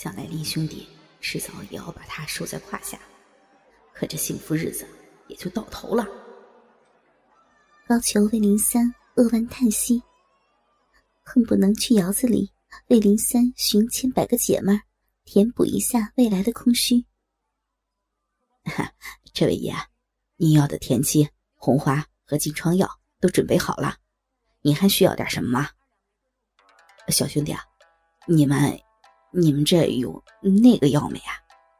想来林兄弟迟早也要把他收在胯下，可这幸福日子也就到头了。 高俅为林三扼腕叹息，恨不能去窑子里为林三寻千百个姐妹儿，填补一下未来的空虚。 这位爷，您要的田七、红花和金疮药都准备好了，您还需要点什么吗？小兄弟啊，你们这有那个药没啊？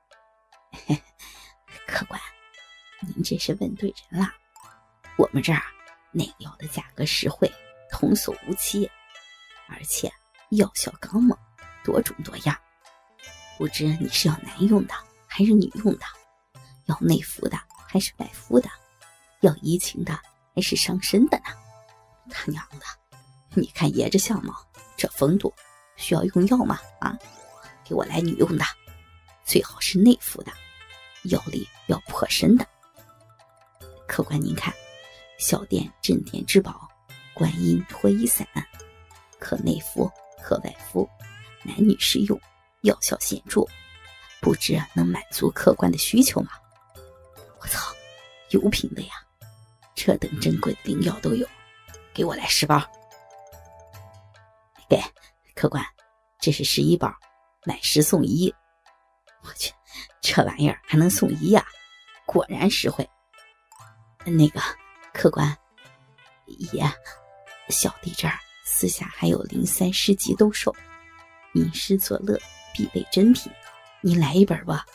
客官，您这是问对人了，我们这儿那个药的价格实惠，童叟无欺，而且药效刚猛，多种多样。不知你是要男用的还是女用的，要内服的还是外敷的，要怡情的还是伤身的呢？他娘的，你看爷这相貌，这风度，需要用药吗？啊，给我来女用的，最好是内服的，药力要颇深的。客官您看，小店镇店之宝观音脱衣散，可内服可外敷，男女适用，药效显著，不知能满足客官的需求吗？我操，有品的呀，这等珍贵的灵药都有，给我来10包。给客官，这是11包，买10送1。我去，这玩意儿还能送1呀，果然实惠。那个客官爷，小弟这儿私下还有林三诗集兜售，吟诗作乐必备珍品，您来一本吧。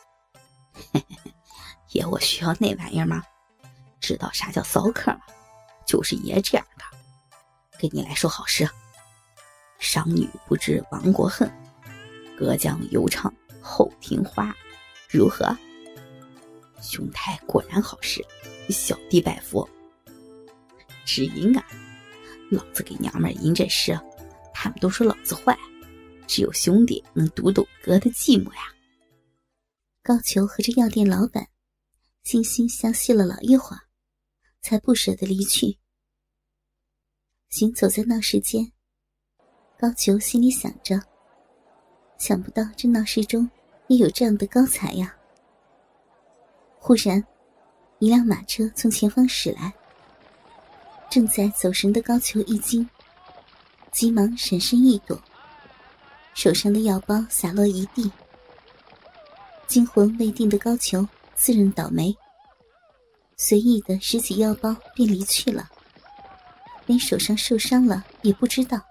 爷，我需要那玩意儿吗？知道啥叫骚客吗？就是爷这样的。给你来首好诗：商女不知亡国恨，隔江犹唱后庭花。如何？兄台果然好诗，小弟拜服。知音啊，老子给娘们儿吟这诗，他们都说老子坏，只有兄弟能读懂哥的寂寞呀。 高俅和这药店老板惺惺相惜了老一会儿，才不舍得离去。行走在闹市间，高俅心里想着，想不到这闹市中也有这样的高才呀。忽然一辆马车从前方驶来，正在走神的高俅一惊，急忙闪身一躲，手上的药包洒落一地。惊魂未定的高俅自认倒霉，随意的拾起药包便离去了，连手上受伤了也不知道。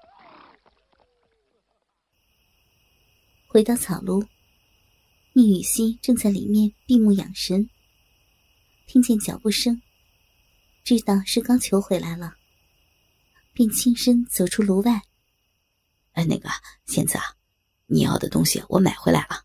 回到草庐，聂雨熙正在里面闭目养神，听见脚步声，知道是高俅回来了，便轻身走出炉外。 那个仙子啊，你要的东西我买回来了。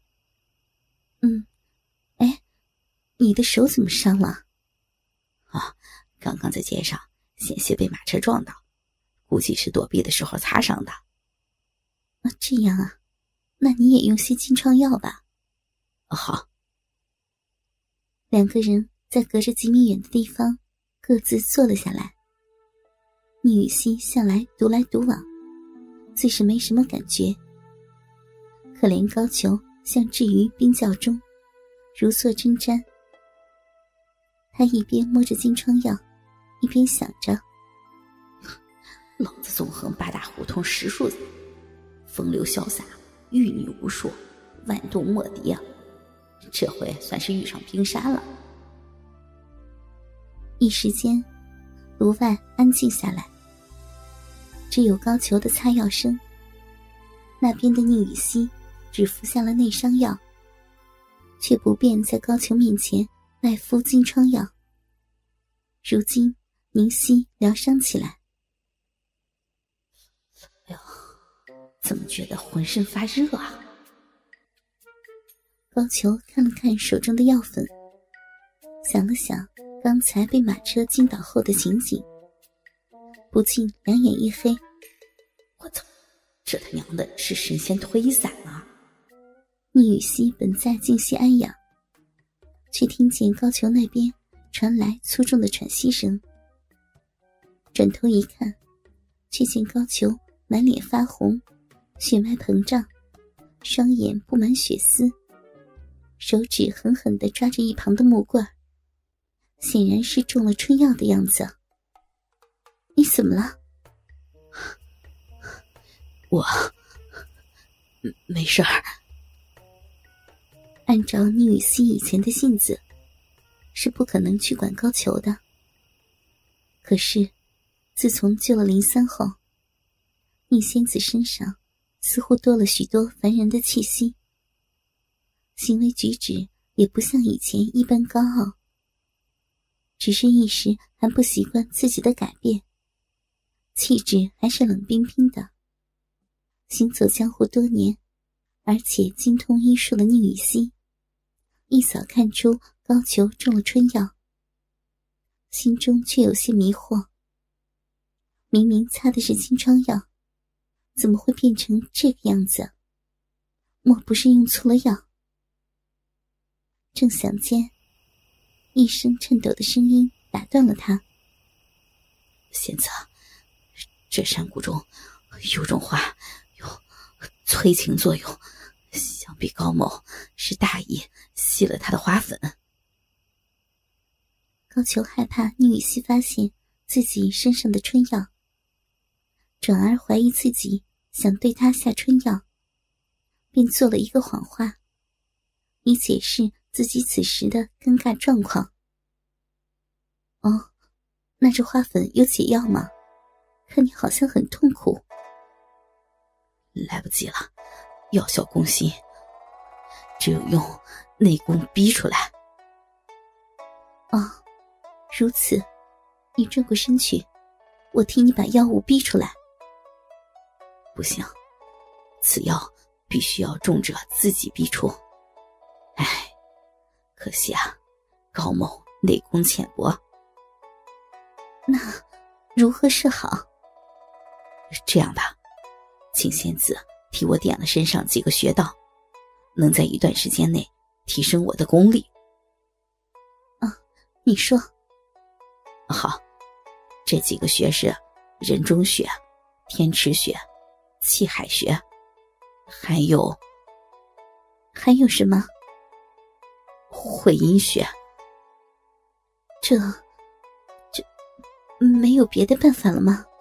哎，你的手怎么伤了？ 刚刚在街上险些被马车撞到，估计是躲避的时候擦伤的。 这样啊，那你也用些金疮药吧。 好。 两个人在隔着几米远的地方各自坐了下来。聂雨熙向来独来独往，最是没什么感觉，可怜高俅像置于冰窖中，如坐针毡。他一边摸着金疮药，一边想着， 老子纵横8大胡同10数载，风流潇洒，玉女无数，万动莫敌啊！这回算是遇上冰山了。 一时间炉外安静下来，只有高俅的擦药声。那边的宁雨熙只服下了内伤药，却不便在高俅面前外敷金疮药。如今宁熙疗伤起来。 哎呦，怎么觉得浑身发热啊？ 高俅看了看手中的药粉，想了想刚才被马车惊倒后的情景，不禁两眼一黑。 我操，这他娘的是神仙脱衣散啊！ 聂雨熙本在静息安养，却听见高俅那边传来粗重的喘息声，转头一看，却见高俅满脸发红，血脉膨胀， 双眼布满血丝，手指狠狠地抓着一旁的木棍，显然是中了春药的样子。你怎么了？ 我没事儿。 按照宁雨熙以前的性子，是不可能去管高俅的。可是自从救了林三后，宁仙子身上似乎多了许多烦人的气息，行为举止也不像以前一般高傲，只是一时还不习惯自己的改变，气质还是冷冰冰的。行走江湖多年，而且精通医术的宁雨熙一扫看出高俅中了春药，心中却有些迷惑。明明擦的是清疮药，怎么会变成这个样子？莫不是用错了药？正想间，一声颤抖的声音打断了他。 仙子，这山谷中有种花有催情作用，想必高某是大意吸了他的花粉。 高俅害怕宁雨熙发现自己身上的春药，转而怀疑自己想对他下春药，便做了一个谎话，以解释自己此时的尴尬状况。哦，那这花粉有解药吗？看你好像很痛苦。 来不及了，药效攻心，只有用内功逼出来。 哦，如此，你转过身去，我替你把药物逼出来。 不行，此药必须要重者自己逼出。唉，可惜啊，高某内功浅薄。 那如何是好？ 这样吧，请仙子替我点了身上几个穴道，能在一段时间内提升我的功力。 你说。 好，这几个穴是人中穴、天池穴、气海穴，还有什么？ 会阴穴。 这没有别的办法了吗？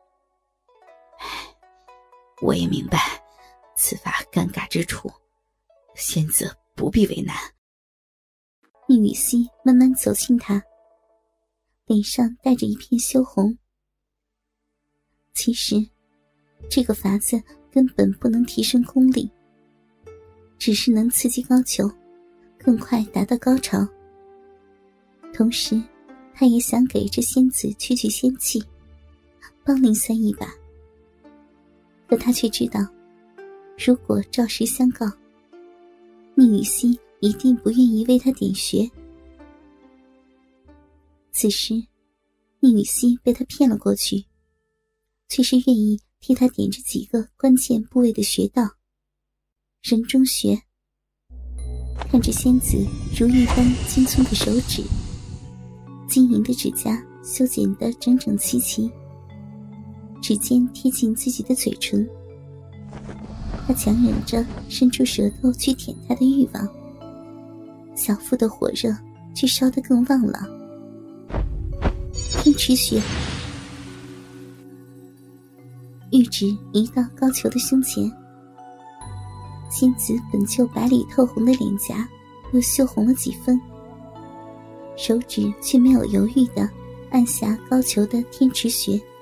我也明白此法尴尬之处，仙子不必为难。 宁雨熙慢慢走近他，脸上带着一片羞红。其实这个法子根本不能提升功力，只是能刺激高俅更快达到高潮。同时他也想给这仙子驱仙气，帮林三一把。可他却知道，如果照实相告，宁雨熙一定不愿意为他点穴。此时宁雨熙被他骗了过去，却是愿意替他点这几个关键部位的穴道。人中穴，看着仙子如玉般青葱的手指，晶莹的指甲修剪得整整齐齐，指尖贴近自己的嘴唇，他强忍着伸出舌头去舔他的欲望，小腹的火热却烧得更旺了。天池穴，玉指移到高俅的胸前，仙子本就白里透红的脸颊又羞红了几分，手指却没有犹豫地按下高俅的天池穴。